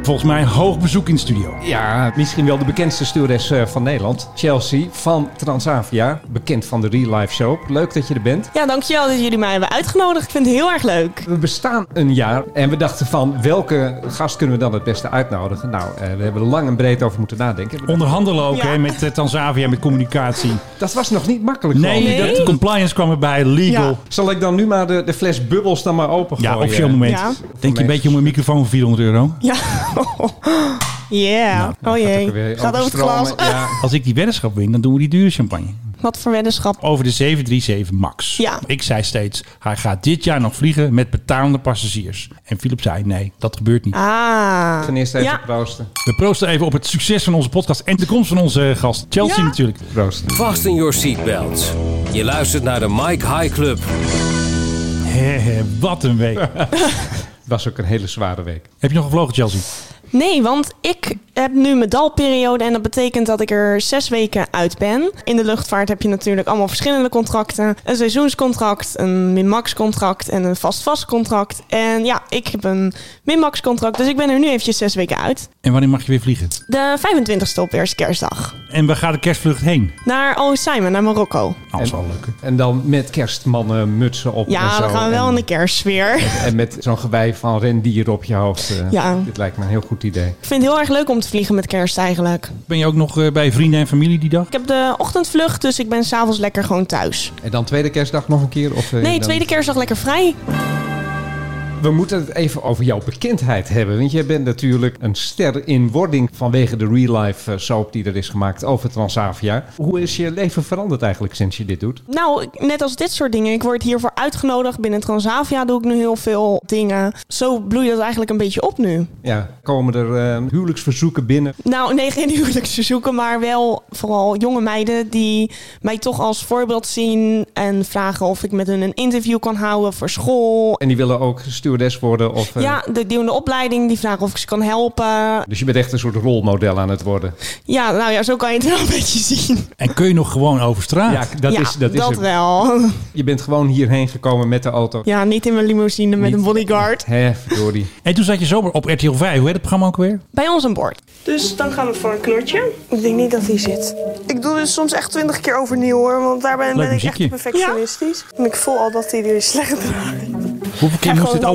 Volgens mij hoog bezoek in de studio. Ja, misschien wel de bekendste stewardess van Nederland. Chelsea van Transavia, bekend van de Real Life Soap. Leuk dat je er bent. Ja, dankjewel dat jullie mij hebben uitgenodigd. Ik vind het heel erg leuk. We bestaan een jaar en we dachten van welke gast kunnen we dan het beste uitnodigen? Nou, we hebben er lang en breed over moeten nadenken. Onderhandelen ook hè, met Transavia, met communicatie. Dat was nog niet makkelijk. Nee, de compliance kwam erbij, legal. Ja. Zal ik dan nu maar de fles bubbels dan maar open gooien? Ja, officieel moment. Ja. Denk je een beetje om een microfoon voor €400? Ja. Yeah. Nou, oh jee. Gaat over het glas. Ja. Als ik die weddenschap win, dan doen we die dure champagne. Wat voor weddenschap? Over de 737 MAX. Ja. Ik zei steeds, hij gaat dit jaar nog vliegen met betalende passagiers. En Philip zei, nee, dat gebeurt niet. Ten eerste even proosten. We proosten even op het succes van onze podcast en de komst van onze gast. Chelsea natuurlijk. Proost. Fasten your seatbelts. Je luistert naar de Mike High Club. Wat een week. Het was ook een hele zware week. Heb je nog gevlogen, Chelsea? Nee, want ik heb nu mijn dalperiode en dat betekent dat ik er 6 weken uit ben. In de luchtvaart heb je natuurlijk allemaal verschillende contracten. Een seizoenscontract, een min-max contract en een vast contract. En ja, ik heb een min-max contract, dus ik ben er nu eventjes 6 weken uit. En wanneer mag je weer vliegen? De 25e op eerste kerstdag. En waar gaat de kerstvlucht heen? Naar Al-Hoceima, naar Marokko. Dat is wel leuk. En dan met kerstmannen, mutsen op en Ja, zo. dan gaan we wel in de kerstsfeer. En met zo'n gewei van rendieren op je hoofd. Ja. Dit lijkt me een heel goed idee. Ik vind het heel erg leuk om te vliegen met kerst eigenlijk. Ben je ook nog bij vrienden en familie die dag? Ik heb de ochtendvlucht, dus ik ben 's avonds lekker gewoon thuis. En dan tweede kerstdag nog een keer? Of, Nee, dan... tweede kerstdag lekker vrij. We moeten het even over jouw bekendheid hebben. Want jij bent natuurlijk een ster in wording vanwege de real life soap die er is gemaakt over Transavia. Hoe is je leven veranderd eigenlijk sinds je dit doet? Nou, net als dit soort dingen. Ik word hiervoor uitgenodigd. Binnen Transavia doe ik nu heel veel dingen. Zo bloeit dat eigenlijk een beetje op nu. Ja, komen er huwelijksverzoeken binnen? Nou, nee, geen huwelijksverzoeken, maar wel vooral jonge meiden die mij toch als voorbeeld zien en vragen of ik met hun een interview kan houden voor school. En die willen ook stewardess worden? Of, Ja, die doen de opleiding, die vragen of ik ze kan helpen. Dus je bent echt een soort rolmodel aan het worden? Ja, nou ja, zo kan je het wel een beetje zien. En kun je nog gewoon over straat? Ja, dat is het. Wel. Je bent gewoon hierheen gekomen met de auto. Ja, niet in mijn limousine met een bodyguard. Hè, verdorie. En toen zat je zomaar op RTL 5. Hoe heet het programma ook weer? Bij ons aan boord. Dus dan gaan we voor een knotje. Ik denk niet dat hij zit. Ik doe dus soms echt 20 keer overnieuw hoor, want daarbij ben ik muziekje. echt perfectionistisch. Ja. En ik voel al dat hij er slecht draait. Hoeveel keer moest dit over?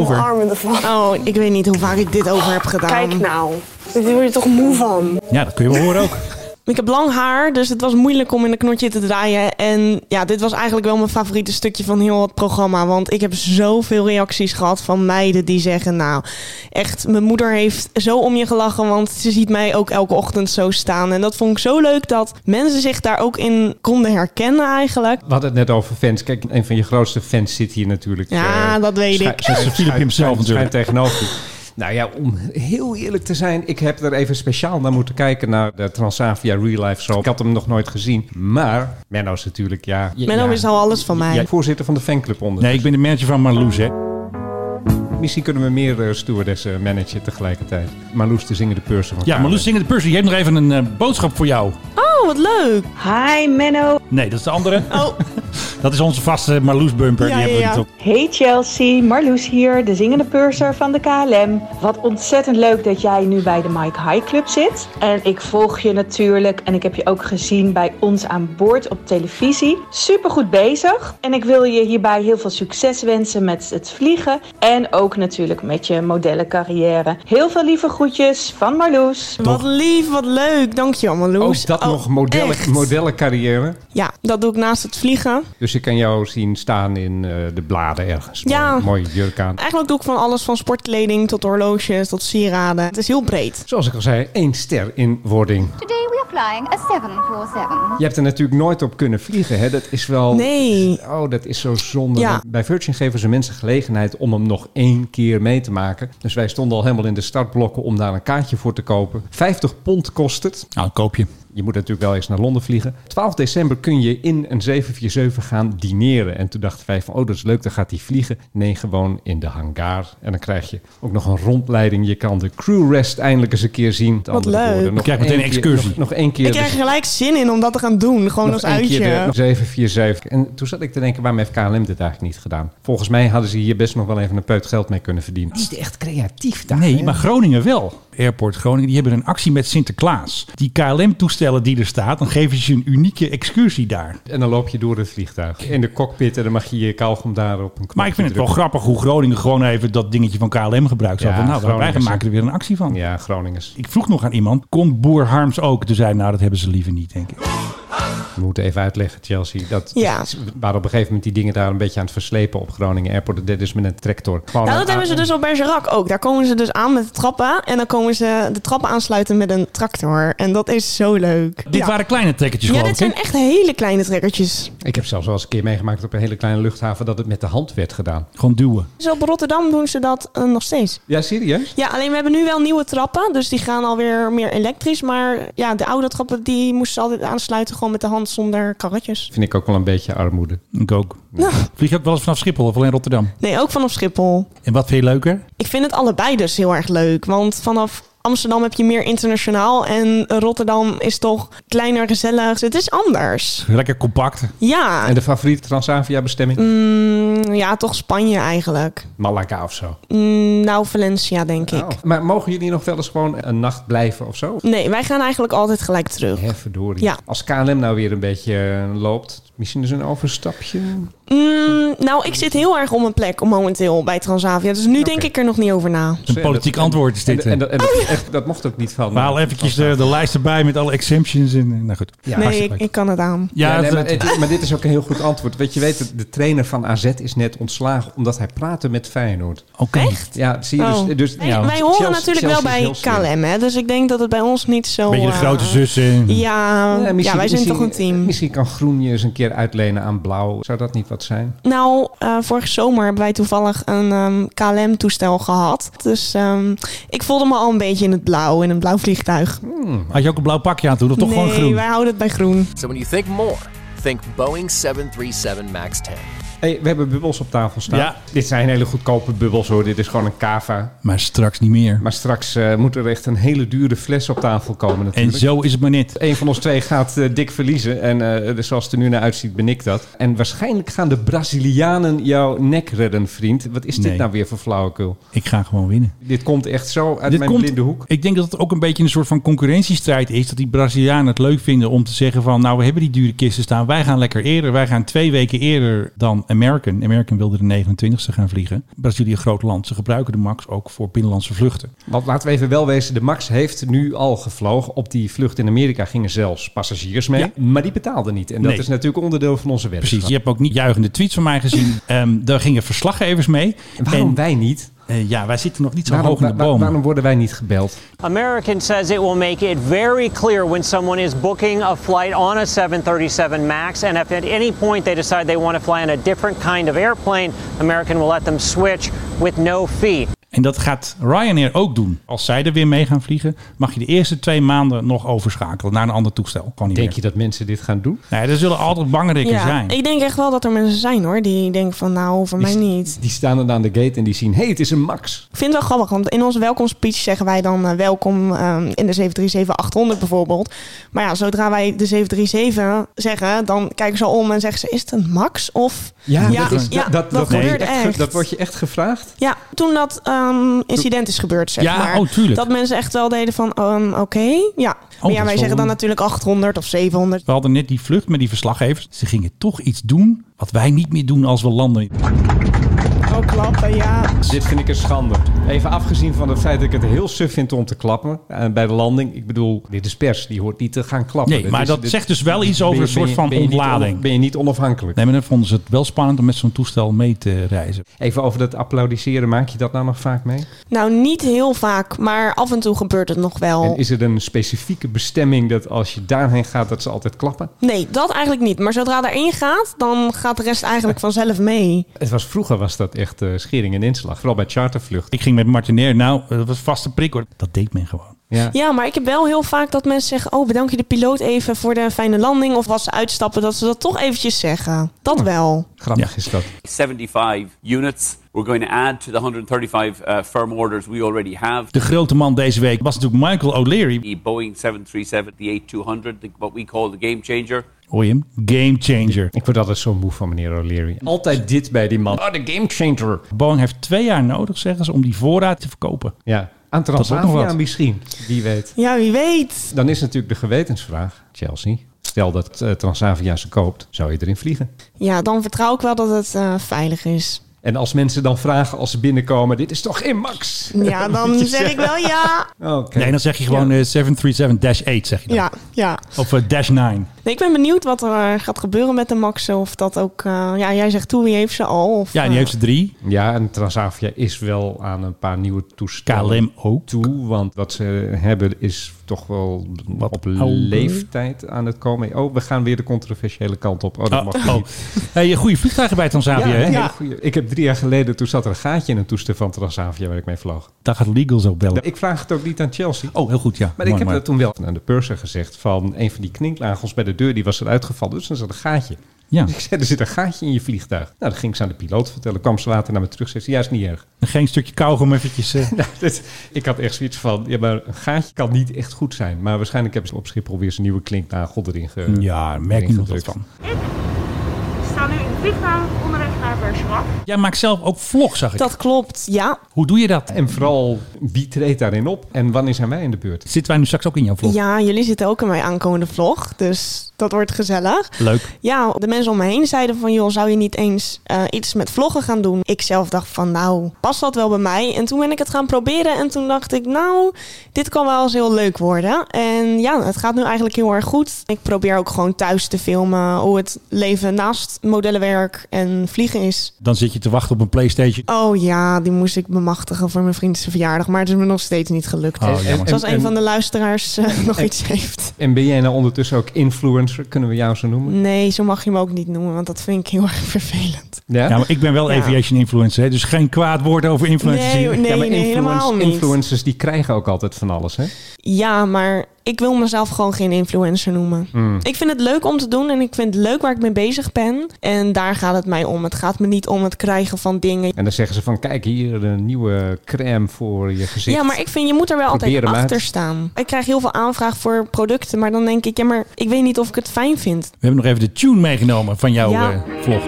Oh, ik weet niet hoe vaak ik dit over heb gedaan. Kijk nou, daar word je toch moe van? Ja, dat kun je wel horen ook. Ik heb lang haar, dus het was moeilijk om in een knotje te draaien. En ja, dit was eigenlijk wel mijn favoriete stukje van heel het programma. Want ik heb zoveel reacties gehad van meiden die zeggen... Nou, echt, mijn moeder heeft zo om je gelachen, want ze ziet mij ook elke ochtend zo staan. En dat vond ik zo leuk dat mensen zich daar ook in konden herkennen eigenlijk. We hadden het net over fans. Kijk, een van je grootste fans zit hier natuurlijk. Ja, dat weet ik. Dat is Philip hemzelf natuurlijk. Tegenover je. Nou ja, om heel eerlijk te zijn, ik heb er even speciaal naar moeten kijken naar de Transavia Real Life Soap. Ik had hem nog nooit gezien, maar Menno is natuurlijk, ja... Menno is al alles van mij. Jij voorzitter van de fanclub onder. Nee, ik ben de manager van Marloes, hè. Misschien kunnen we meer stewardessen managen tegelijkertijd. Marloes de zingende purser van Ja, KLM. Marloes zingende purser. Je hebt nog even een boodschap voor jou. Oh, wat leuk. Hi Menno. Nee, dat is de andere. Oh. Dat is onze vaste Marloes bumper. Ja, Die hebben we ja. niet op. Hey Chelsea, Marloes hier, de zingende purser van de KLM. Wat ontzettend leuk dat jij nu bij de Mike High Club zit. En ik volg je natuurlijk en ik heb je ook gezien bij ons aan boord op televisie. Supergoed bezig. En ik wil je hierbij heel veel succes wensen met het vliegen. En ook natuurlijk met je modellencarrière. Heel veel lieve groetjes van Marloes. Wat lief, wat leuk. Dankjewel, Marloes. Ook dat nog echt? modellencarrière. Ja, dat doe ik naast het vliegen. Dus ik kan jou zien staan in de bladen ergens. Ja. Mooie jurk aan. Eigenlijk doe ik van alles, van sportkleding tot horloges tot sieraden. Het is heel breed. Zoals ik al zei, 1 ster in wording. Today we are flying a 747. Je hebt er natuurlijk nooit op kunnen vliegen, hè? Dat is wel... Nee. Oh, dat is zo zonde. Ja. Bij Virgin geven ze mensen gelegenheid om hem nog 1 keer mee te maken. Dus wij stonden al helemaal in de startblokken om daar een kaartje voor te kopen. £50 kost het. Nou, koop je. Je moet natuurlijk wel eens naar Londen vliegen. 12 december kun je in een 747 gaan dineren. En toen dachten wij van, dat is leuk, dan gaat hij vliegen. Nee, gewoon in de hangar. En dan krijg je ook nog een rondleiding. Je kan de crew rest eindelijk eens een keer zien. Wat leuk. Je krijgt meteen een excursie. Nog één keer. Ik krijg er gelijk zin in om dat te gaan doen. Gewoon als uitje. Nog 747. En toen zat ik te denken, waarom heeft KLM dit eigenlijk niet gedaan? Volgens mij hadden ze hier best nog wel even een peut geld mee kunnen verdienen. Het is echt creatief daar. Nee, maar Groningen wel. Airport Groningen, die hebben een actie met Sinterklaas. Die KLM-toestellen die er staat, dan geven ze een unieke excursie daar. En dan loop je door het vliegtuig. In de cockpit en dan mag je je kauwgom daar op een knopje Maar ik vind het wel drukken. grappig hoe Groningen gewoon even dat dingetje van KLM gebruikt. Zo Ja, van, wij Groningers, maken er weer een actie van. Ja, Groningers. Ik vroeg nog aan iemand, komt Boer Harms ook? Toen zei dat hebben ze liever niet, denk ik. We moeten even uitleggen, Chelsea. Dat waren op een gegeven moment die dingen daar een beetje aan het verslepen op Groningen Airport. Dat is met een tractor. Dat hebben ze dus op Bergerac ook. Daar komen ze dus aan met de trappen. En dan komen ze de trappen aansluiten met een tractor. En dat is zo leuk. Dit waren kleine trekkertjes Ja, geloof dit ik, hè? zijn echt hele kleine trekkertjes. Ik heb zelfs wel eens een keer meegemaakt op een hele kleine luchthaven dat het met de hand werd gedaan. Gewoon duwen. Dus op Rotterdam doen ze dat nog steeds. Ja, serieus? Ja, alleen we hebben nu wel nieuwe trappen. Dus die gaan alweer meer elektrisch. Maar ja, de oude trappen die moesten ze altijd aansluiten gewoon met de hand zonder karretjes. Vind ik ook wel een beetje armoede. Ik ook. Vlieg je ook wel eens vanaf Schiphol of alleen Rotterdam? Nee, ook vanaf Schiphol. En wat vind je leuker? Ik vind het allebei dus heel erg leuk. Want vanaf Amsterdam heb je meer internationaal. En Rotterdam is toch kleiner, gezellig. Het is anders. Lekker compact. Ja. En de favoriete Transavia bestemming? Ja, toch Spanje eigenlijk. Malaga of zo. Nou, Valencia denk ik. Oh. Maar mogen jullie nog wel eens gewoon een nacht blijven of zo? Nee, wij gaan eigenlijk altijd gelijk terug. Hè, verdorie. Ja. Als KLM nou weer een beetje loopt, misschien dus een overstapje. Nou, ik zit heel erg op mijn plek momenteel bij Transavia. Dus nu denk ik er nog niet over na. Een politiek antwoord is dit. Dat mocht ook niet van. We halen eventjes de lijst erbij met alle exemptions. Nou goed. Ja, Nee, ik kan het aan. Ja, Ja, nee, maar dit is ook een heel goed antwoord. Weet je, de trainer van AZ is net ontslagen omdat hij praatte met Feyenoord. Oké. Echt? Ja, zie je Oh. dus. Wij ja, horen Chelsea- natuurlijk Chelsea wel is heel bij slim. KLM, hè? Dus ik denk dat het bij ons niet zo... Beetje de grote zussen. Ja, wij zijn toch een team. Misschien kan Groen je eens een keer uitlenen aan Blauw. Zou dat niet wat zijn? Nou, vorige zomer hebben wij toevallig een KLM-toestel gehad. Dus ik voelde me al een beetje in het blauw, in een blauw vliegtuig. Had je ook een blauw pakje aan toen of toch gewoon Nee, groen? wij houden het bij groen. So when you think more, think Boeing 737 MAX 10. Hey, we hebben bubbels op tafel staan. Ja. Dit zijn hele goedkope bubbels hoor. Dit is gewoon een cava. Maar straks niet meer. Maar straks moet er echt een hele dure fles op tafel komen En natuurlijk. zo is het maar net. Een van ons twee gaat dik verliezen. En dus zoals het er nu naar uitziet, ben ik dat. En waarschijnlijk gaan de Brazilianen jouw nek redden, vriend. Wat is dit Nee. nou weer voor flauwekul? Ik ga gewoon winnen. Dit komt echt zo uit mijn blinde hoek. Ik denk dat het ook een beetje een soort van concurrentiestrijd is. Dat die Brazilianen het leuk vinden om te zeggen van... nou, we hebben die dure kisten staan. Wij gaan lekker eerder. Wij gaan 2 weken eerder dan American. American wilde de 29e gaan vliegen. Brazilië, een groot land. Ze gebruiken de MAX ook voor binnenlandse vluchten. Want laten we even wel wezen, de MAX heeft nu al gevlogen. Op die vlucht in Amerika gingen zelfs passagiers mee. Ja. Maar die betaalden niet. En dat Nee. is natuurlijk onderdeel van onze wedstrijd. Precies. Je hebt ook niet juichende tweets van mij gezien. Daar gingen verslaggevers mee. Waarom En, wij niet? ja, wij zitten nog niet zo hoog in de bomen. Waarom worden wij niet gebeld? American says it will make it very clear when someone is booking a flight on a 737 MAX, and if at any point they decide they want to fly on a different kind of airplane, American will let them switch with no fee. En dat gaat Ryanair ook doen. Als zij er weer mee gaan vliegen, mag je de eerste 2 maanden nog overschakelen naar een ander toestel. Gewoon niet Denk meer. je dat mensen dit gaan doen? Nee, er zullen altijd bangerikken zijn. Ik denk echt wel dat er mensen zijn hoor. Die denken van nou, voor mij niet. Die staan dan aan de gate en die zien, hey, het is een MAX. Ik vind het wel grappig, want in onze welkomstspeech zeggen wij dan welkom in de 737-800 bijvoorbeeld. Maar ja, zodra wij de 737 zeggen, dan kijken ze om en zeggen ze, is het een MAX? Of dat gebeurde echt. Dat wordt je echt gevraagd? Ja, toen dat incident is gebeurd, zeg Ja, maar. oh, tuurlijk. Dat mensen echt wel deden van, oké, ja. Maar ja, dat wij is zeggen wel dan natuurlijk 800 of 700. We hadden net die vlucht met die verslaggevers. Ze gingen toch iets doen wat wij niet meer doen als we landen. Oh, klappen, ja. Dit vind ik een schande. Even afgezien van het feit dat ik het heel suf vind om te klappen bij de landing. Ik bedoel, dit is pers, die hoort niet te gaan klappen. Nee, maar dat zegt dus wel iets over een soort van ontlading. Ben je niet onafhankelijk? Nee, maar dan vonden ze het wel spannend om met zo'n toestel mee te reizen. Even over dat applaudisseren, maak je dat nou nog vaak mee? Nou, niet heel vaak, maar af en toe gebeurt het nog wel. En is er een specifieke bestemming dat als je daarheen gaat, dat ze altijd klappen? Nee, dat eigenlijk niet. Maar zodra erin gaat, dan gaat de rest eigenlijk vanzelf mee. Vroeger was dat echt echt schering en inslag. Vooral bij chartervluchten. Ik ging met Martinair. Nou, dat was vaste prik hoor. Dat deed men gewoon. Ja, maar ik heb wel heel vaak dat mensen zeggen... oh, bedank je de piloot even voor de fijne landing. Of als ze uitstappen, dat ze dat toch eventjes zeggen. Dat wel. Grappig is dat. 75 units. We're going to add to the 135 firm orders we already have. De grote man deze week was natuurlijk Michael O'Leary. The Boeing 737, the 8200, what we call the game changer. Hoor je hem? Game changer. Ik word altijd zo moe van meneer O'Leary. Altijd dit bij die man. Oh, de game changer. Boeing heeft 2 jaar nodig, zeggen ze, om die voorraad te verkopen. Ja, aan Transavia misschien. Wie weet. Ja, wie weet. Dan is natuurlijk de gewetensvraag, Chelsea. Stel dat Transavia ze koopt, zou je erin vliegen? Ja, dan vertrouw ik wel dat het veilig is. En als mensen dan vragen als ze binnenkomen, dit is toch geen Max? Ja, dan zeg ik wel ja. Okay. Nee, dan zeg je gewoon 737-8, zeg je dan. Ja. Of -9. Nee, ik ben benieuwd wat er gaat gebeuren met de Max. Of dat ook... jij zegt TUI heeft ze al. Of, Ja, die heeft ze 3. Ja, en Transavia is wel aan een paar nieuwe toestellen KLM ook toe. Want wat ze hebben is toch wel Wat op ouder. leeftijd aan het komen. Oh, we gaan weer de controversiële kant op. Oh, dat mag niet. Hey, goede vliegtuigen bij Transavia, hè? hele goeie. Ik heb 3 jaar geleden, toen zat er een gaatje in een toestel van Transavia waar ik mee vloog. Daar gaat Legal zo bellen. Ik vraag het ook niet aan Chelsea. Oh, heel goed, ja. Maar ik heb dat toen wel aan de purser gezegd van een van die kninknagels bij de deur, die was eruit gevallen. Dus dan zat een gaatje. Ja. Dus ik zei, er zit een gaatje in je vliegtuig. Nou, dat ging ze aan de piloot vertellen. Kwam ze later naar me terug en zei ze, ja, is niet erg. Geen stukje kauwgom eventjes... Ik had echt zoiets van, ja, maar een gaatje kan niet echt goed zijn. Maar waarschijnlijk hebben ze op Schiphol weer zijn nieuwe klinknagel erin gedrukt. Ja, merk je nog wat van. Ik sta nu in het vliegtuig onderweg naar Bergerac. Jij maakt zelf ook vlog, zag ik. Dat klopt, ja. Hoe doe je dat? En vooral, wie treedt daarin op? En wanneer zijn wij in de beurt? Zitten wij nu straks ook in jouw vlog? Ja, jullie zitten ook in mijn aankomende vlog. Dus dat wordt gezellig. Leuk. Ja, de mensen om me heen zeiden van... joh, zou je niet eens iets met vloggen gaan doen? Ik zelf dacht van, nou, past dat wel bij mij? En toen ben ik het gaan proberen. En toen dacht ik, nou, dit kan wel eens heel leuk worden. En ja, het gaat nu eigenlijk heel erg goed. Ik probeer ook gewoon thuis te filmen... hoe het leven naast modellenwerk en vliegen is. Dan zit je te wachten op een PlayStation. Oh ja, die moest ik bemachtigen voor mijn vriend's verjaardag. Maar het is me nog steeds niet gelukt. Oh, jammer. Dus als een van de luisteraars nog iets heeft. En ben jij nou ondertussen ook influencer? Kunnen we jou zo noemen? Nee, zo mag je me ook niet noemen, want dat vind ik heel erg vervelend. Ja, Ja, maar ik ben wel Ja. aviation influencer, hè? Dus geen kwaad woord over influencers Nee, hier. nee, ja, maar helemaal niet. influencers die krijgen ook altijd van alles, hè? Ja, maar ik wil mezelf gewoon geen influencer noemen. Ik vind het leuk om te doen en ik vind het leuk waar ik mee bezig ben. En daar gaat het mij om. Het gaat me niet om het krijgen van dingen. En dan zeggen ze van, kijk hier, een nieuwe crème voor je gezicht. Ja, maar ik vind, je moet er wel Probeer altijd hem achter uit. staan. Ik krijg heel veel aanvraag voor producten, maar dan denk ik, ja, maar ik weet niet of ik het fijn vind. We hebben nog even de tune meegenomen van jouw Ja. vlog.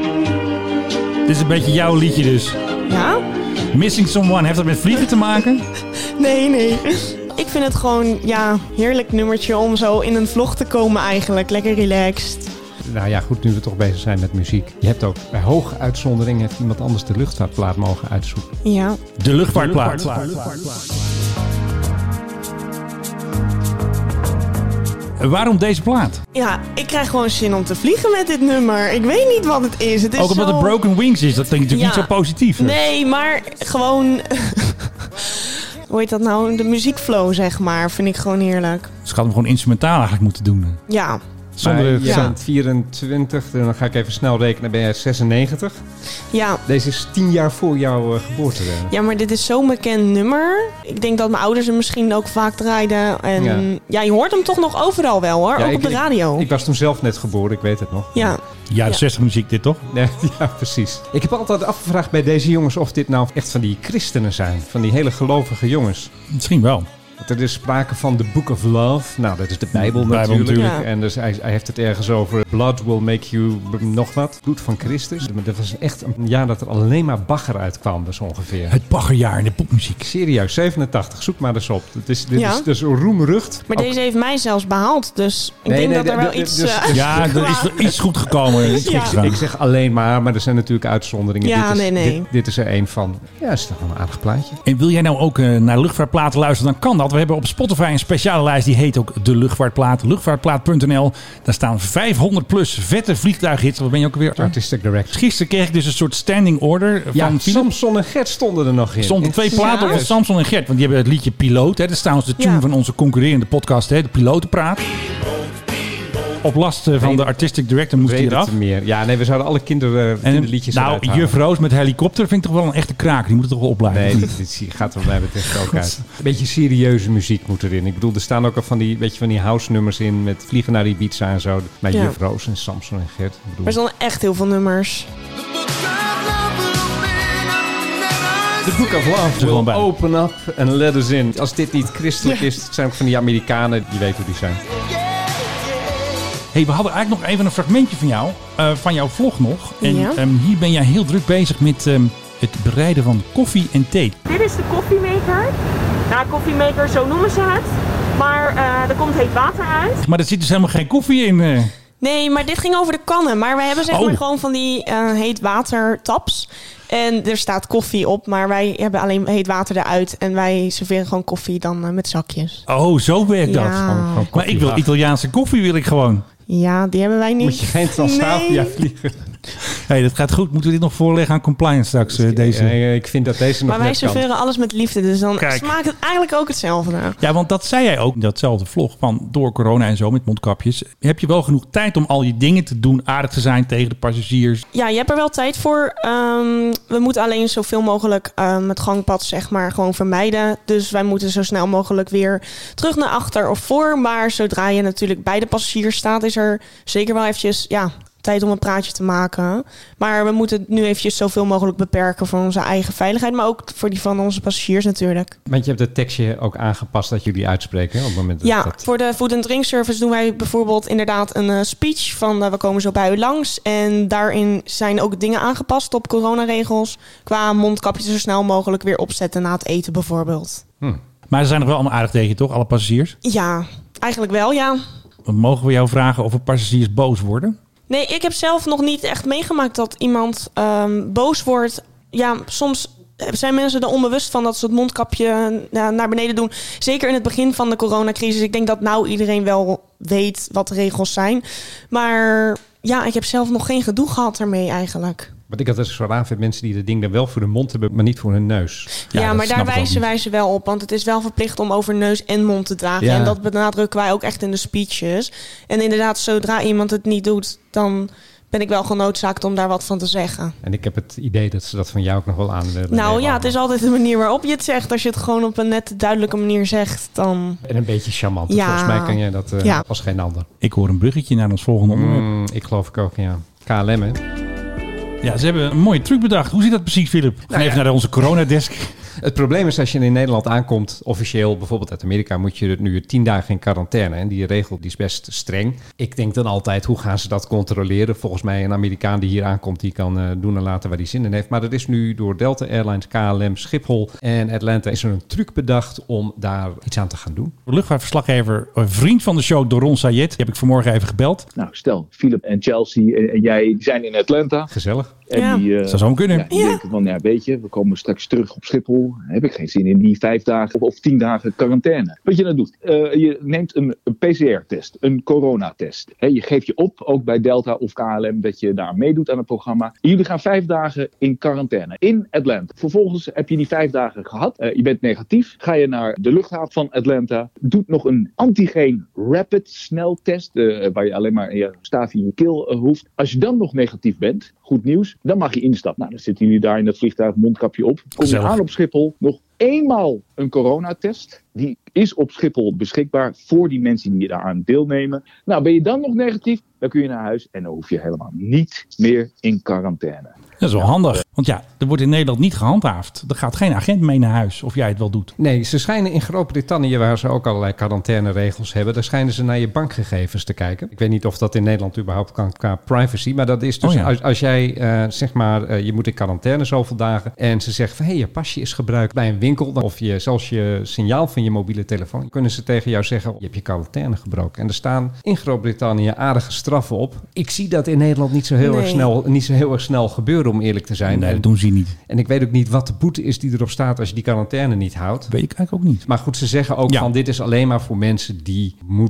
Dit is een beetje jouw liedje dus. Ja? Missing Someone, heeft dat met vliegen te maken? Nee. Ik vind het gewoon, ja, heerlijk nummertje om zo in een vlog te komen eigenlijk. Lekker relaxed. Nou ja, goed, nu we toch bezig zijn met muziek. Je hebt ook bij hoge uitzondering heeft iemand anders de luchtvaartplaat mogen uitzoeken. Ja. De luchtvaartplaat. Waarom deze plaat? Ja, ik krijg gewoon zin om te vliegen met dit nummer. Ik weet niet wat het is. Het is Ook omdat zo... het Broken Wings is. Dat klinkt natuurlijk Ja. niet zo positief. hè? Nee, maar gewoon... Hoe heet dat nou? De muziekflow, zeg maar. Vind ik gewoon heerlijk. Dus ik had hem gewoon instrumentaal eigenlijk moeten doen. Ja. Zonder Maar het- je Ja. bent 24, dan ga ik even snel rekenen, ben jij 96. Ja. Deze is 10 jaar voor jouw geboorte. Ja, maar dit is zo'n bekend nummer. Ik denk dat mijn ouders hem misschien ook vaak draaiden. En ja, je hoort hem toch nog overal wel hoor. Ja, ook op de radio. Ik was toen zelf net geboren, ik weet het nog. Ja. Ja, 60 muziek dit toch? Ja, precies. Ik heb altijd afgevraagd bij deze jongens of dit nou echt van die christenen zijn. Van die hele gelovige jongens. Misschien wel. Want er is sprake van de Book of Love. Nou, dat is de Bijbel, Bijbel natuurlijk. natuurlijk. En dus hij heeft het ergens over blood will make you nog wat. Bloed van Christus. Maar dat was echt een jaar dat er alleen maar bagger uitkwam, dus ongeveer. Het baggerjaar in de popmuziek. Serieus, 87. Zoek maar eens op. Dit Ja. is dus roemrucht. Maar Ook- deze heeft mij zelfs behaald. Dus ik Nee, denk nee, dat er wel dus- iets... dus- Ja, er is wel iets goed gekomen. Iets goed Ja. gegaan. Ik zeg alleen maar er zijn natuurlijk uitzonderingen. Ja, dit is, nee. Dit is er één van. Ja, is toch wel een aardig plaatje. En wil jij nou ook naar luchtvaartplaten luisteren, dan kan dat. We hebben op Spotify een speciale lijst, die heet ook De Luchtvaartplaat. Luchtvaartplaat.nl. Daar staan 500 plus vette vliegtuighits. Wat ben je ook weer? Artistic Director. Gisteren kreeg ik dus een soort standing order Ja, van Philip. Samson en Gert stonden er nog in. Er stonden 2 platen op van Samson en Gert. Want die hebben het liedje Piloot. Hè. Dat is trouwens de tune Ja. van onze concurrerende podcast, hè, de Pilotenpraat. Op last van de artistic director moest hij eraf. Meer. Ja, nee, we zouden alle kinderliedjes eruit halen. Juf Roos met helikopter vind ik toch wel een echte kraak. Die moet het toch wel opblijven. Nee, dit gaat er bij betreft ook uit. Een beetje serieuze muziek moet erin. Ik bedoel, er staan ook al van die house nummers in met Vliegen naar Ibiza en zo. Met Juf Roos en Samson en Gert. Er zijn echt heel veel nummers. The Book of Love will open up and let us in. Als dit niet christelijk is, zijn ook van die Amerikanen, die weten hoe die zijn. Hey, we hadden eigenlijk nog even een fragmentje van jou, van jouw vlog nog. En hier ben jij heel druk bezig met het bereiden van koffie en thee. Dit is de koffiemaker. Nou, koffiemaker, zo noemen ze het. Maar er komt heet water uit. Maar er zit dus helemaal geen koffie in. Nee, maar dit ging over de kannen. Maar wij hebben zeg maar gewoon van die heet water taps. En er staat koffie op, maar wij hebben alleen heet water eruit. En wij serveren gewoon koffie dan met zakjes. Oh, zo werkt dat. Gewoon maar ik wil Italiaanse koffie, wil ik gewoon. Ja, die hebben wij niet. Moet je geen Transavia vliegen. Hey, dat gaat goed. Moeten we dit nog voorleggen aan compliance straks? Deze? Ik vind dat deze nog maar wij serveren alles met liefde, dus dan smaakt het eigenlijk ook hetzelfde. Ja, want dat zei jij ook in datzelfde vlog. Van door corona en zo met mondkapjes. Heb je wel genoeg tijd om al je dingen te doen, aardig te zijn tegen de passagiers? Ja, je hebt er wel tijd voor. We moeten alleen zoveel mogelijk het gangpad zeg maar gewoon vermijden. Dus wij moeten zo snel mogelijk weer terug naar achter of voor. Maar zodra je natuurlijk bij de passagiers staat, is er zeker wel eventjes tijd om een praatje te maken. Maar we moeten het nu eventjes zoveel mogelijk beperken voor onze eigen veiligheid, maar ook voor die van onze passagiers natuurlijk. Want je hebt het tekstje ook aangepast dat jullie uitspreken op het moment dat voor de food and drink service doen wij bijvoorbeeld inderdaad een speech van we komen zo bij u langs. En daarin zijn ook dingen aangepast op coronaregels qua mondkapjes zo snel mogelijk weer opzetten na het eten bijvoorbeeld. Maar ze zijn nog wel allemaal aardig tegen je, toch? Alle passagiers? Ja, eigenlijk wel, ja. Mogen we jou vragen of er passagiers boos worden? Nee, ik heb zelf nog niet echt meegemaakt dat iemand boos wordt. Ja, soms zijn mensen er onbewust van dat ze het mondkapje naar beneden doen. Zeker in het begin van de coronacrisis. Ik denk dat nou iedereen wel weet wat de regels zijn. Maar ja, ik heb zelf nog geen gedoe gehad ermee eigenlijk. Wat ik altijd zo raar vind, mensen die dat ding dan wel voor de mond hebben, maar niet voor hun neus. Ja, maar daar wijzen wij ze wel op. Want het is wel verplicht om over neus en mond te dragen. Ja. En dat benadrukken wij ook echt in de speeches. En inderdaad, zodra iemand het niet doet, dan ben ik wel genoodzaakt om daar wat van te zeggen. En ik heb het idee dat ze dat van jou ook nog wel aan willen. Nou ja, het is altijd de manier waarop je het zegt. Als je het gewoon op een nette, duidelijke manier zegt, dan... En een beetje charmant. Ja. Volgens mij kan je dat als geen ander. Ik hoor een bruggetje naar ons volgende onderwerp. Ik geloof ik ook, ja. KLM, hè? Ja, ze hebben een mooie truc bedacht. Hoe zit dat precies, Philip? We gaan even naar onze coronadesk. Het probleem is als je in Nederland aankomt, officieel bijvoorbeeld uit Amerika, moet je nu 10 dagen in quarantaine. En die regel die is best streng. Ik denk dan altijd, hoe gaan ze dat controleren? Volgens mij een Amerikaan die hier aankomt, die kan doen en laten waar hij zin in heeft. Maar er is nu door Delta Airlines, KLM, Schiphol en Atlanta is er een truc bedacht om daar iets aan te gaan doen. Luchtvaartverslaggever, een vriend van de show, Doron Sayed, die heb ik vanmorgen even gebeld. Nou, stel, Philip en Chelsea en jij zijn in Atlanta. Gezellig. En die, zou zo kunnen. Ja, die denken van, weet je, we komen straks terug op Schiphol. Heb ik geen zin in die 5 dagen of 10 dagen quarantaine. Wat je dan doet, je neemt een PCR-test, een coronatest. Je geeft je op, ook bij Delta of KLM, dat je daar meedoet aan het programma. En jullie gaan 5 dagen in quarantaine in Atlanta. Vervolgens heb je die 5 dagen gehad. Je bent negatief. Ga je naar de luchthaven van Atlanta. Doet nog een antigeen rapid sneltest, waar je alleen maar je staaf in je keel hoeft. Als je dan nog negatief bent, goed nieuws, dan mag je instappen. Nou, dan zitten jullie daar in het vliegtuig, mondkapje op. Kom je aan op Schiphol, nog eenmaal een coronatest. Die is op Schiphol beschikbaar voor die mensen die daaraan deelnemen. Nou, ben je dan nog negatief, dan kun je naar huis en dan hoef je helemaal niet meer in quarantaine. Dat is wel handig. Want ja, er wordt in Nederland niet gehandhaafd. Er gaat geen agent mee naar huis of jij het wel doet. Nee, ze schijnen in Groot-Brittannië, waar ze ook allerlei quarantaineregels hebben, daar schijnen ze naar je bankgegevens te kijken. Ik weet niet of dat in Nederland überhaupt kan qua privacy, maar dat is dus als jij zeg maar, je moet in quarantaine zoveel dagen en ze zeggen van je pasje is gebruikt bij een winkel of zelfs je signaal van je mobiele telefoon, kunnen ze tegen jou zeggen je hebt je quarantaine gebroken. En er staan in Groot-Brittannië aardige straffen op. Ik zie dat in Nederland niet zo heel erg snel gebeuren, om eerlijk te zijn. Nee, dat doen ze niet. En ik weet ook niet wat de boete is die erop staat als je die quarantaine niet houdt. Weet ik eigenlijk ook niet. Maar goed, ze zeggen ook van dit is alleen maar voor mensen die moeten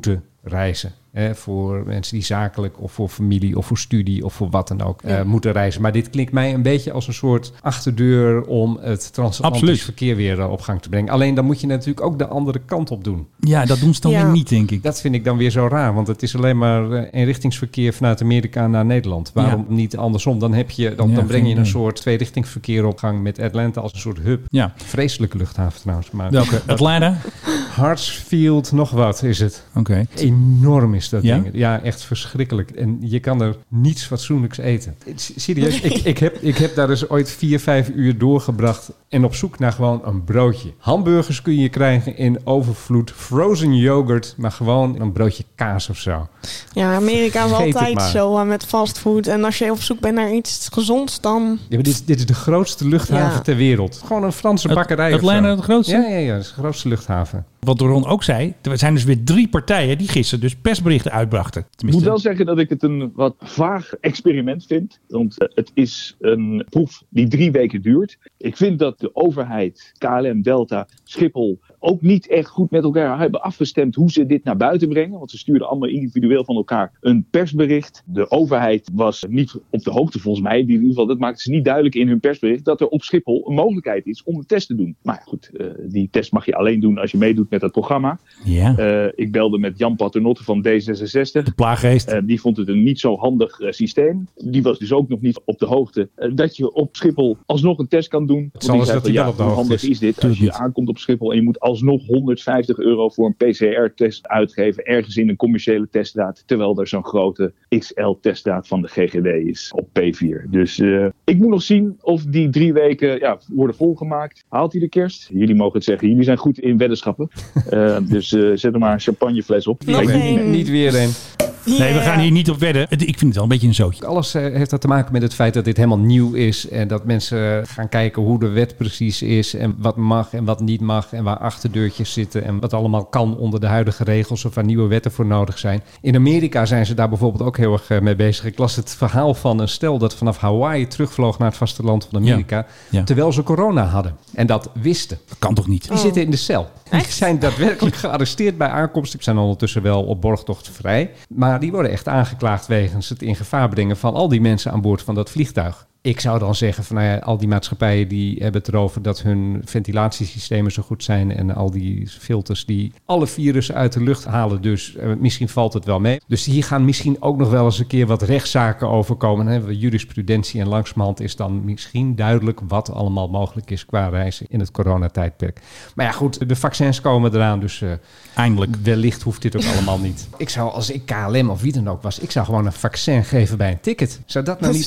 reizen. Voor mensen die zakelijk of voor familie of voor studie of voor wat dan ook moeten reizen. Maar dit klinkt mij een beetje als een soort achterdeur om het transatlantisch verkeer weer op gang te brengen. Alleen dan moet je natuurlijk ook de andere kant op doen. Ja, dat doen ze dan weer niet, denk ik. Dat vind ik dan weer zo raar, want het is alleen maar eenrichtingsverkeer vanuit Amerika naar Nederland. Waarom niet andersom? Dan breng je een soort tweerichtingsverkeer op gang met Atlanta als een soort hub. Ja. Vreselijke luchthaven trouwens. Maar welke? Atlanta? Hartsfield, nog wat is het. Oké. Enorm is dat ding. Ja, echt verschrikkelijk. En je kan er niets fatsoenlijks eten. Serieus, ik heb daar dus ooit 4-5 uur doorgebracht en op zoek naar gewoon een broodje. Hamburgers kun je krijgen in overvloed. Frozen yoghurt, maar gewoon een broodje kaas of zo. Ja, Amerika is altijd zo met fastfood. En als je op zoek bent naar iets gezonds, dan... Ja, maar dit is de grootste luchthaven ter wereld. Gewoon een Franse bakkerij. Atlanta de grootste? Ja, dat is de grootste luchthaven. Wat Ron ook zei, er zijn dus weer 3 partijen die gisteren dus persberichten uitbrachten. Ik moet wel zeggen dat ik het een wat vaag experiment vind. Want het is een proef die 3 weken duurt. Ik vind dat de overheid, KLM, Delta, Schiphol ook niet echt goed met elkaar hebben afgestemd hoe ze dit naar buiten brengen. Want ze stuurden allemaal individueel van elkaar een persbericht. De overheid was niet op de hoogte volgens mij. In ieder geval, dat maakten ze niet duidelijk in hun persbericht dat er op Schiphol een mogelijkheid is om een test te doen. Maar goed, die test mag je alleen doen als je meedoet met dat programma. Ja. Ik belde met Jan Paternotte van D66. De plaaggeest. Die vond het een niet zo handig systeem. Die was dus ook nog niet op de hoogte dat je op Schiphol alsnog een test kan doen. Het zal dat hij wel op de hoe hoogte handig is dit? Als je aankomt op Schiphol en je moet alsnog €150 voor een PCR-test uitgeven ergens in een commerciële teststraat, terwijl er zo'n grote XL-teststraat van de GGD is op P4. Dus ik moet nog zien of die 3 weken worden volgemaakt. Haalt hij de kerst? Jullie mogen het zeggen. Jullie zijn goed in weddenschappen. Dus zet er maar een champagnefles op. Niet weer een. Nee, we gaan hier niet op wedden. Ik vind het wel een beetje een zootje. Alles heeft dat te maken met het feit dat dit helemaal nieuw is. En dat mensen gaan kijken hoe de wet precies is. En wat mag en wat niet mag. En waar achterdeurtjes zitten. En wat allemaal kan onder de huidige regels. Of waar nieuwe wetten voor nodig zijn. In Amerika zijn ze daar bijvoorbeeld ook heel erg mee bezig. Ik las het verhaal van een stel dat vanaf Hawaii terugvloog naar het vasteland van Amerika. Ja. Terwijl ze corona hadden. En dat wisten. Dat kan toch niet? Die zitten in de cel. Die zijn daadwerkelijk gearresteerd bij aankomst. Die zijn ondertussen wel op borgtocht vrij. Maar die worden echt aangeklaagd wegens het in gevaar brengen van al die mensen aan boord van dat vliegtuig. Ik zou dan zeggen van al die maatschappijen die hebben het erover dat hun ventilatiesystemen zo goed zijn en al die filters die alle virussen uit de lucht halen. Dus misschien valt het wel mee. Dus hier gaan misschien ook nog wel eens een keer wat rechtszaken overkomen. Hè? Jurisprudentie en langzamerhand is dan misschien duidelijk wat allemaal mogelijk is qua reizen in het coronatijdperk. Maar ja goed, de vaccins komen eraan, dus eindelijk. Wellicht hoeft dit ook allemaal niet. Ik zou, als ik KLM of wie dan ook was, ik zou gewoon een vaccin geven bij een ticket. Zou dat nou niet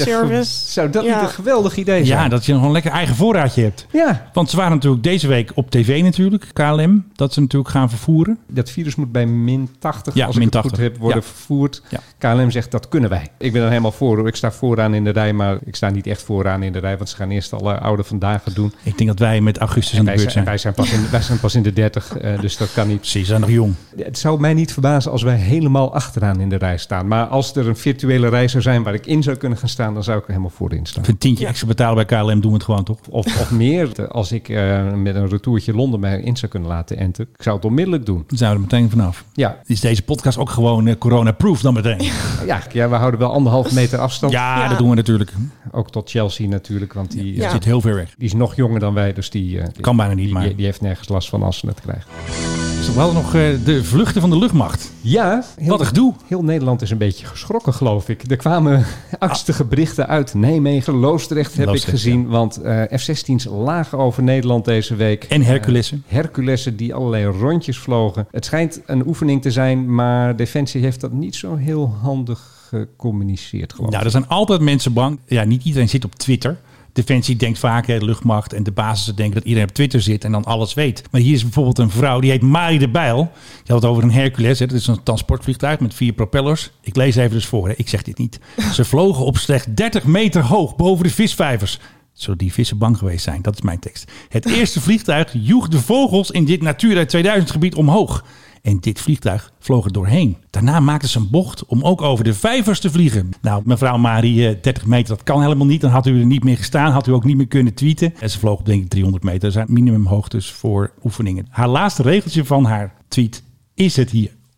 niet een geweldig idee zijn? Ja, dat je nog een lekker eigen voorraadje hebt. Ja. Want ze waren natuurlijk deze week op tv natuurlijk, KLM, dat ze natuurlijk gaan vervoeren. Dat virus moet bij -80, ja, als ik het goed heb, worden vervoerd. Ja. KLM zegt, dat kunnen wij. Ik ben er helemaal voor. Ik sta vooraan in de rij, maar ik sta niet echt vooraan in de rij, want ze gaan eerst alle oude vandaag doen. Ik denk dat wij met augustus aan de beurt zijn. Wij zijn pas in de 30, dus dat kan niet. Precies, ze zijn nog jong. Het zou mij niet verbazen als wij helemaal achteraan in de rij staan. Maar als er een virtuele rij zou zijn waar ik in zou kunnen gaan staan, dan zou ik er helemaal voorin staan. Voor $10 extra betalen bij KLM doen we het gewoon toch? Of meer, als ik met een retourtje Londen mij in zou kunnen laten enten. Ik zou het onmiddellijk doen. Dan zijn we er meteen vanaf. Ja. Is deze podcast ook gewoon corona-proof dan meteen? Ja, we houden wel 1,5 meter afstand. Ja, dat doen we natuurlijk. Ook tot Chelsea natuurlijk, want die zit heel ver weg. Die is nog jonger dan wij, dus die kan bijna niet, maar die heeft nergens last van als ze het krijgen. We hadden nog de vluchten van de luchtmacht. Ja. Wat een gedoe. Heel Nederland is een beetje geschrokken, geloof ik. Er kwamen angstige berichten uit Nijmegen, Loosdrecht heb ik gezien. Ja. Want F-16's lagen over Nederland deze week. En Herculessen. Herculessen die allerlei rondjes vlogen. Het schijnt een oefening te zijn, maar Defensie heeft dat niet zo heel handig gecommuniceerd, geloof ik. Nou, er zijn altijd mensen bang. Ja, niet iedereen zit op Twitter. Defensie denkt vaak, de luchtmacht en de basissen denken dat iedereen op Twitter zit en dan alles weet. Maar hier is bijvoorbeeld een vrouw, die heet Marie de Bijl. Die had het over een Hercules. Dat is een transportvliegtuig met 4 propellers. Ik lees even dus voor, ik zeg dit niet. Ze vlogen op slechts 30 meter hoog boven de visvijvers. Zullen die vissen bang geweest zijn? Dat is mijn tekst. Het eerste vliegtuig joeg de vogels in dit Natura 2000 gebied omhoog. En dit vliegtuig vloog er doorheen. Daarna maakten ze een bocht om ook over de vijvers te vliegen. Nou, mevrouw Marie, 30 meter, dat kan helemaal niet. Dan had u er niet meer gestaan, had u ook niet meer kunnen tweeten. En ze vloog op denk ik 300 meter. Dat zijn minimumhoogtes voor oefeningen. Haar laatste regeltje van haar tweet: is het hier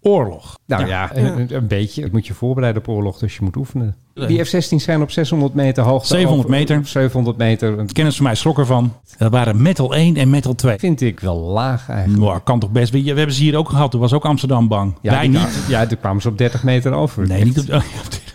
oorlog. Nou ja, een beetje. Het moet je voorbereiden op oorlog, dus je moet oefenen. Die F-16 zijn op 600 meter hoogte. 700 meter. 700 meter. Kennis van mij schrok ervan. Dat waren Metal 1 en Metal 2. Vind ik wel laag eigenlijk. Nou, kan toch best. We hebben ze hier ook gehad. Toen was ook Amsterdam bang. Ja, wij niet. Ja, toen kwamen ze op 30 meter over. Nee, niet op... de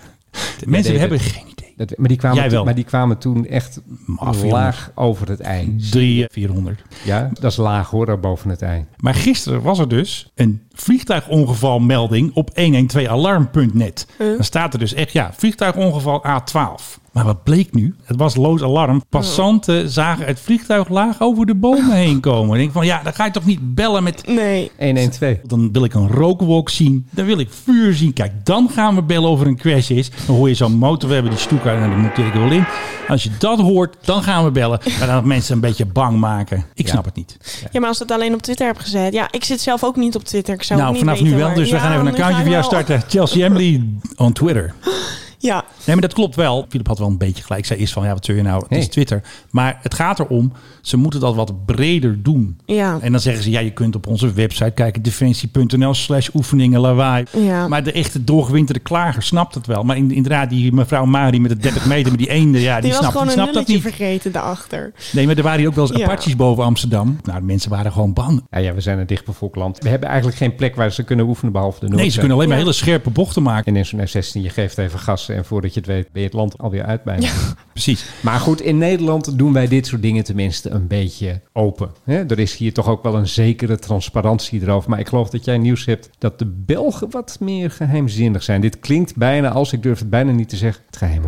mensen hebben geen idee. Maar die kwamen toen echt laag over het ei. 400. Ja, dat is laag hoor, daar boven het ei. Maar gisteren was er dus een vliegtuigongevalmelding op 112alarm.net. Dan staat er dus echt, vliegtuigongeval A12. Maar wat bleek nu? Het was loos alarm. Passanten zagen het vliegtuig laag over de bomen heen komen. Ik denk van, dan ga je toch niet bellen met... Nee. 112. Dan wil ik een rookwolk zien. Dan wil ik vuur zien. Kijk, dan gaan we bellen of er een crash is. Dan hoor je zo'n motor. We hebben die stoek uit en die moet ik wel in. Als je dat hoort, dan gaan we bellen. Maar dan mensen een beetje bang maken. Ik snap het niet. Ja, maar als het alleen op Twitter hebt gezet. Ja, ik zit zelf ook niet op Twitter. Ik zou het niet vanaf weten, nu wel. Dus we gaan even een accountje voor jou starten. Chelsea Emily on Twitter. Ja. Nee, maar dat klopt wel. Philip had wel een beetje gelijk. Ik zei eerst van, wat zul je nou? Het is Twitter. Maar het gaat erom, ze moeten dat wat breder doen. Ja. En dan zeggen ze, je kunt op onze website kijken, defensie.nl/oefeningen lawaai. Ja. Maar de echte doorgewinterde klager snapt het wel. Maar inderdaad, die mevrouw Mari met de 30 meter, met die eende, die snapt dat niet. Die was gewoon een nulletje vergeten daarachter. Nee, maar er waren hier ook wel eens Apaches boven Amsterdam. Nou, de mensen waren gewoon bang. Ja, we zijn een dichtbevolkt land. We hebben eigenlijk geen plek waar ze kunnen oefenen, behalve de Noordzee. Nee, ze kunnen alleen maar hele scherpe bochten maken. En in zo'n F-16, je geeft even gas en voordat je het weet, ben je het land alweer uit bijna. Ja. Precies. Maar goed, in Nederland doen wij dit soort dingen tenminste een beetje open. Er is hier toch ook wel een zekere transparantie erover. Maar ik geloof dat jij nieuws hebt dat de Belgen wat meer geheimzinnig zijn. Dit klinkt bijna, als ik durf het bijna niet te zeggen, het geheime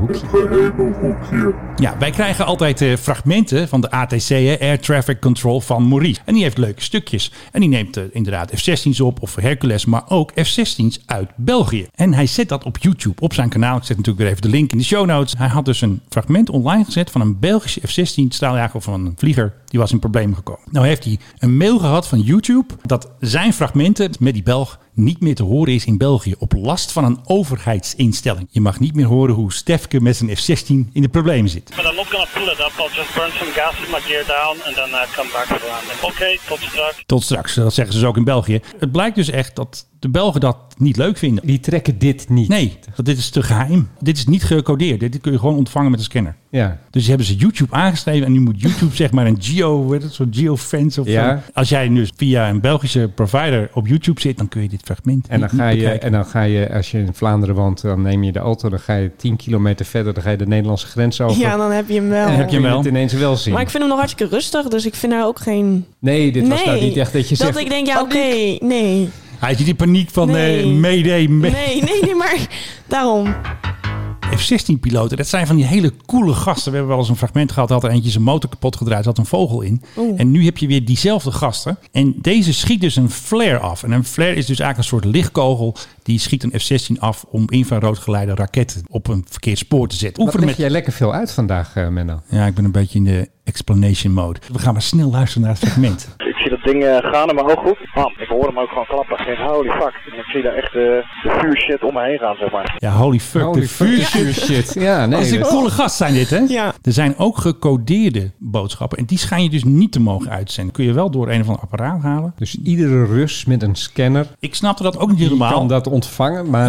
hoekje. Ja, wij krijgen altijd fragmenten van de ATC, Air Traffic Control van Maurice. En die heeft leuke stukjes. En die neemt inderdaad F-16's op of Hercules, maar ook F-16's uit België. En hij zet dat op YouTube, op zijn kanaal. Ik zet natuurlijk weer even de link in de show notes. Hij had dus een fragment online gezet van een Belgische F-16 straaljager of van een vlieger. Die was in problemen gekomen. Nou heeft hij een mail gehad van YouTube dat zijn fragmenten met die Belg niet meer te horen is in België op last van een overheidsinstelling. Je mag niet meer horen hoe Stefke met zijn F-16 in de problemen zit. But I'm not going to pull it up. I'll just burn some gas with my gear down and then come back to landing. Oké, tot straks. Tot straks, dat zeggen ze dus ook in België. Het blijkt dus echt dat de Belgen dat niet leuk vinden. Die trekken dit niet. Nee, want dit is te geheim. Dit is niet gecodeerd. Dit kun je gewoon ontvangen met een scanner. Ja. Dus hebben ze YouTube aangeschreven en nu moet YouTube zeg maar een geofence of zo. Als jij dus via een Belgische provider op YouTube zit, dan kun je dit fragment en dan ga je, als je in Vlaanderen woont, dan neem je de auto, dan ga je 10 kilometer verder, dan ga je de Nederlandse grens over. Ja, dan heb je hem wel. En heb je hem wel. Het ineens wel zien. Maar ik vind hem nog hartstikke rustig, dus ik vind daar ook geen... Nee, dit was nou niet echt dat je zegt... Dat ik denk, nee. Hij is niet in paniek van mayday. Nee, maar daarom... F-16-piloten, dat zijn van die hele coole gasten. We hebben wel eens een fragment gehad, had er eentje zijn motor kapot gedraaid, had een vogel in. En nu heb je weer diezelfde gasten. En deze schiet dus een flare af. En een flare is dus eigenlijk een soort lichtkogel. Die schiet een F-16 af om infrarood geleide raketten op een verkeerd spoor te zetten. Wat leg jij lekker veel uit vandaag, Menno? Ja, ik ben een beetje in de explanation mode. We gaan maar snel luisteren naar het fragment. Ik zie dat ding gaan in mijn ooghoek. Ik hoor hem ook gewoon klappen. Ik denk, holy fuck. En ik zie daar echt de vuurshit om me heen gaan, zeg maar. Ja, holy fuck. De vuurshit. Ja, nee. Dat is een coole gast zijn dit, hè? Ja. Er zijn ook gecodeerde boodschappen. En die schijn je dus niet te mogen uitzenden. Kun je wel door een of ander apparaat halen. Dus iedere Rus met een scanner... Ik snapte dat ook niet helemaal. Die kan dat ontvangen, maar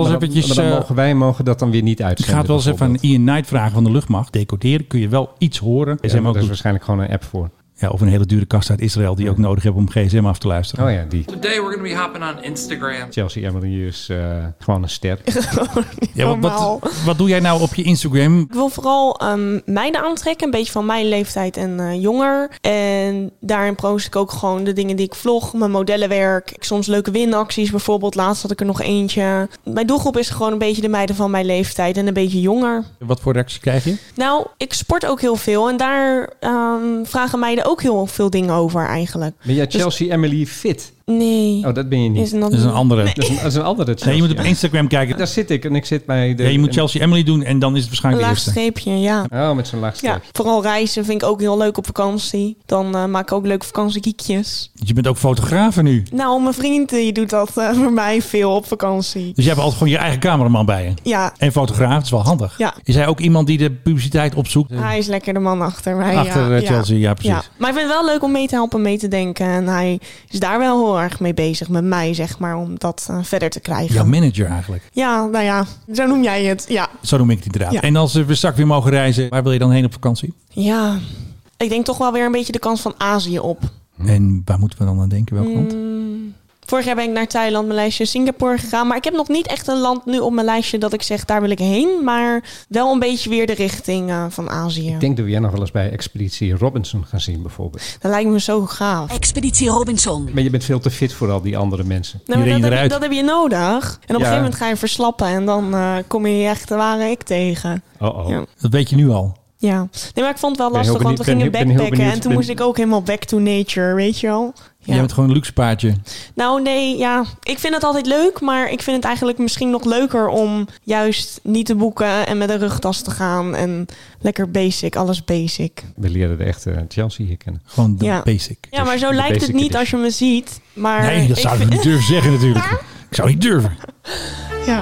dan mogen dat dan weer niet uitzenden. Ik ga het wel eens even aan Ian Knight vragen van de luchtmacht. Decoderen kun je wel iets horen. Ja, daar is waarschijnlijk gewoon een app voor. Ja, of een hele dure kast uit Israël die ook nodig hebben om GSM af te luisteren. Oh ja, die. Today we're going to be hopping on Instagram. Chelsea Emily is gewoon een ster. Ja, wat doe jij nou op je Instagram? Ik wil vooral meiden aantrekken, een beetje van mijn leeftijd en jonger. En daarin post ik ook gewoon de dingen die ik vlog, mijn modellenwerk. Soms leuke winacties bijvoorbeeld. Laatst had ik er nog eentje. Mijn doelgroep is gewoon een beetje de meiden van mijn leeftijd en een beetje jonger. Wat voor reacties krijg je? Nou, ik sport ook heel veel en daar vragen meiden ook heel veel dingen over eigenlijk. Ben jij Chelsea Emily Fit? Nee. Oh, dat ben je niet. Dat is een andere. Nee. Dat is een andere Chelsea. Nee, je moet op Instagram kijken. Daar zit ik en ik zit bij de... Ja, je moet Chelsea Emily doen en dan is het waarschijnlijk een de laag eerste. streepje, ja. Oh, met zo'n laag streepje. Ja, vooral reizen vind ik ook heel leuk op vakantie. Dan maak ik ook leuke vakantiekiekjes. Je bent ook fotograaf nu. Nou, mijn vriend die doet dat voor mij veel op vakantie. Dus je hebt altijd gewoon je eigen cameraman bij je. Ja. En fotograaf, dat is wel handig. Ja. Is hij ook iemand die de publiciteit opzoekt? Hij is lekker de man achter mij. Achter Chelsea, ja precies. Ja. Maar ik vind het wel leuk om mee te helpen, mee te denken. En hij is daar wel heel erg mee bezig met mij, zeg maar, om dat verder te krijgen. Jouw manager eigenlijk. Ja, nou ja, zo noem jij het. Ja. Zo noem ik het inderdaad. Ja. En als we straks weer mogen reizen, waar wil je dan heen op vakantie? Ja, ik denk toch wel weer een beetje de kans van Azië op. En waar moeten we dan aan denken? Welk land? Vorig jaar ben ik naar Thailand, mijn lijstje Singapore gegaan. Maar ik heb nog niet echt een land nu op mijn lijstje dat ik zeg, daar wil ik heen. Maar wel een beetje weer de richting van Azië. Ik denk dat we jij nog wel eens bij Expeditie Robinson gaan zien bijvoorbeeld. Dat lijkt me zo gaaf. Expeditie Robinson. Maar je bent veel te fit voor al die andere mensen. Nou, dat heb je nodig. En op een gegeven moment ga je verslappen. En dan kom je echt de ware ik tegen. Ja. Dat weet je nu al. Ja, nee, maar ik vond het wel lastig, want we gingen backpacken en toen moest ik ook helemaal back to nature, weet je wel. Ja. Jij bent gewoon een luxe paardje. Nou nee, ja, ik vind het altijd leuk, maar ik vind het eigenlijk misschien nog leuker om juist niet te boeken en met een rugtas te gaan en lekker basic, alles basic. We leren de echte Chelsea hier kennen. Gewoon de basic. Ja, maar zo lijkt het niet als je me ziet. Maar nee, dat zou ik niet durven zeggen natuurlijk. Ik zou niet durven. Ja.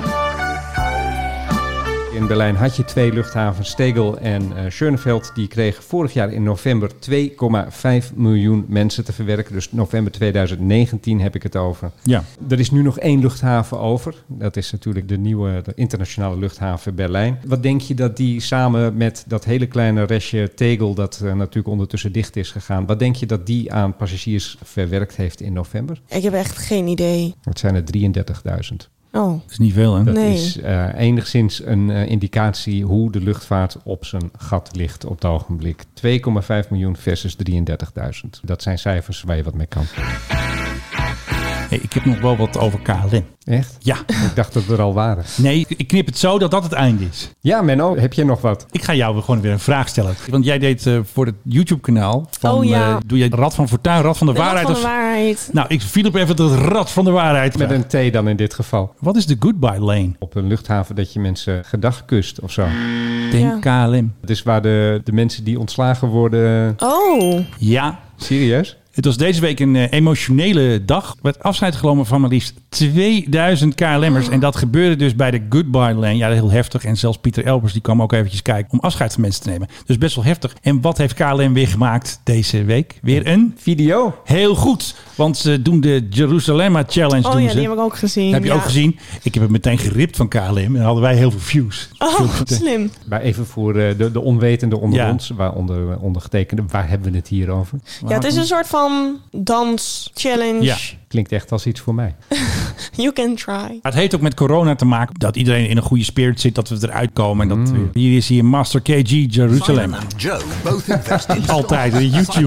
In Berlijn had je 2 luchthavens, Tegel en Schönefeld. Die kregen vorig jaar in november 2,5 miljoen mensen te verwerken. Dus november 2019 heb ik het over. Ja. Er is nu nog 1 luchthaven over. Dat is natuurlijk de internationale luchthaven Berlijn. Wat denk je dat die samen met dat hele kleine restje Tegel, dat natuurlijk ondertussen dicht is gegaan. Wat denk je dat die aan passagiers verwerkt heeft in november? Ik heb echt geen idee. Het zijn er 33.000. Oh. Dat is niet veel, hè? Dat is enigszins een indicatie hoe de luchtvaart op zijn gat ligt op het ogenblik. 2,5 miljoen versus 33.000. Dat zijn cijfers waar je wat mee kan. Hey, ik heb nog wel wat over KLM. Echt? Ja. Ik dacht dat we er al waren. Nee, ik knip het zo dat dat het einde is. Ja, Menno, heb je nog wat? Ik ga jou gewoon weer een vraag stellen. Want jij deed voor het YouTube-kanaal van... doe jij Rad van Fortuin, Rad van de Waarheid? Rad van de Waarheid. Nou, ik viel op even het Rad van de Waarheid. Met een T dan in dit geval. Wat is de goodbye lane? Op een luchthaven dat je mensen gedag kust of zo. Denk KLM. Het is waar de mensen die ontslagen worden... Oh. Ja. Serieus? Het was deze week een emotionele dag. Er werd afscheid genomen van maar liefst 2000 KLM'ers. En dat gebeurde dus bij de Goodbye Lane. Ja, heel heftig. En zelfs Pieter Elbers die kwam ook eventjes kijken om afscheid van mensen te nemen. Dus best wel heftig. En wat heeft KLM weer gemaakt deze week? Weer een video. Heel goed. Want ze doen de Jerusalem Challenge. Oh ja, die heb ik ook gezien. Heb je ook gezien? Ik heb het meteen geript van KLM. En hadden wij heel veel views. Oh, slim. Maar even voor de onwetenden onder ons, waaronder ondergetekende, waar hebben we het hier over? Ja, het is een soort van dans-challenge. Ja, klinkt echt als iets voor mij. You can try. Het heeft ook met corona te maken. Dat iedereen in een goede spirit zit. Dat we eruit komen. En dat hier is hier Master KG Jerusalem. Altijd in YouTube.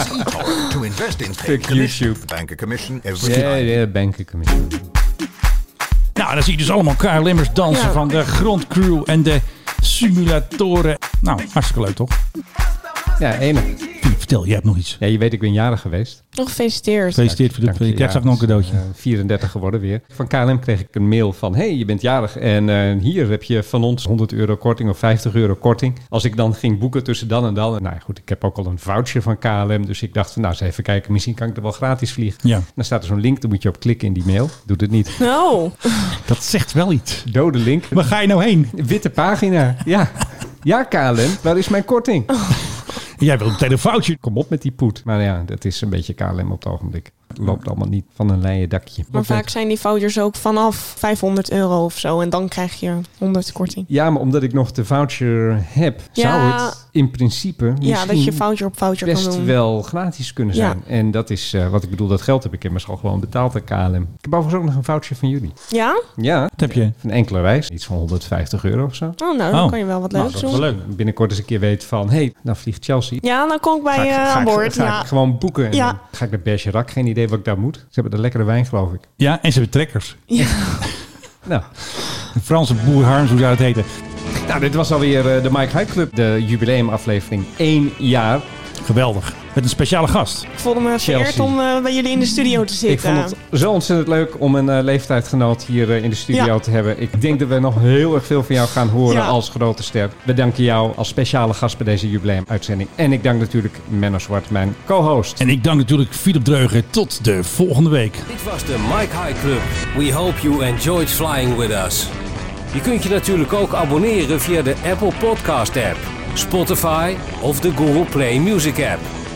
Fuck YouTube. Bank a commission Ja, bank a commission. Nou, dan zie je dus allemaal KLM'ers dansen van de grondcrew en de simulatoren. Nou, hartstikke leuk toch? Ja, enig. Vertel, jij hebt nog iets. Ja, je weet, ik ben jarig geweest. Nog gefeliciteerd. Gefeliciteerd. Je krijgt straks nog een cadeautje. 34 geworden weer. Van KLM kreeg ik een mail van... hey, je bent jarig en hier heb je van ons €100 korting of €50 korting. Als ik dan ging boeken tussen dan en dan... Nou ja, goed, ik heb ook al een voucher van KLM. Dus ik dacht, nou, eens even kijken. Misschien kan ik er wel gratis vliegen. Ja. Dan staat er zo'n link, dan moet je op klikken in die mail. Doet het niet. No. Dat zegt wel iets. Dode link. Waar ga je nou heen? Witte pagina. Ja. Ja, KLM, waar is mijn korting? Jij wil meteen een foutje. Kom op met die poet. Maar ja, dat is een beetje KLM op het ogenblik. Het loopt allemaal niet van een leien dakje. Maar vaak zijn die vouchers ook vanaf €500 of zo. En dan krijg je 100 korting. Ja, maar omdat ik nog de voucher heb, zou het in principe ja, dat je voucher op voucher kan doen. Best wel gratis kunnen zijn. Ja. En dat is wat ik bedoel. Dat geld heb ik immers al gewoon betaald aan KLM. Ik heb overigens ook nog een voucher van jullie. Ja? Ja. Wat heb je? Een enkele reis. Iets van €150 of zo. Oh, nou, dan kan je wel wat leuks doen. Dat is wel leuk. Binnenkort eens een keer weten van... hey, nou vliegt Chelsea. Ja, dan kom ik bij je aan boord. Ga ik gewoon boeken. En dan ga ik naar Bergerac. Geen idee wat ik daar moet. Ze hebben de lekkere wijn, geloof ik. Ja, en ze hebben trekkers. Ja. Nou. De Franse boer Harms, hoe zou het heten? Nou, dit was alweer de Mike High Club. De jubileumaflevering 1 jaar. Geweldig. Met een speciale gast. Ik voelde me vereerd om bij jullie in de studio te zitten. Ik vond het zo ontzettend leuk om een leeftijdgenoot hier in de studio te hebben. Ik denk dat we nog heel erg veel van jou gaan horen als grote ster. We danken jou als speciale gast bij deze jubileumuitzending. En ik dank natuurlijk Menno Zwart, mijn co-host. En ik dank natuurlijk Philip Dreugen. Tot de volgende week. Dit was de Mike High Club. We hope you enjoyed flying with us. Je kunt je natuurlijk ook abonneren via de Apple Podcast app, Spotify of de Google Play Music app.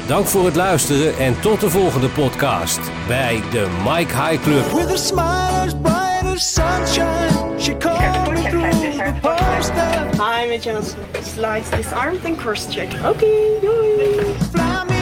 Dank voor het luisteren en tot de volgende podcast bij de Mike High Club. With a smile as bright as sunshine, she called me through the poster. Hi, met Janssen. Slides this arm, then cross check. Okay, doei. Fly me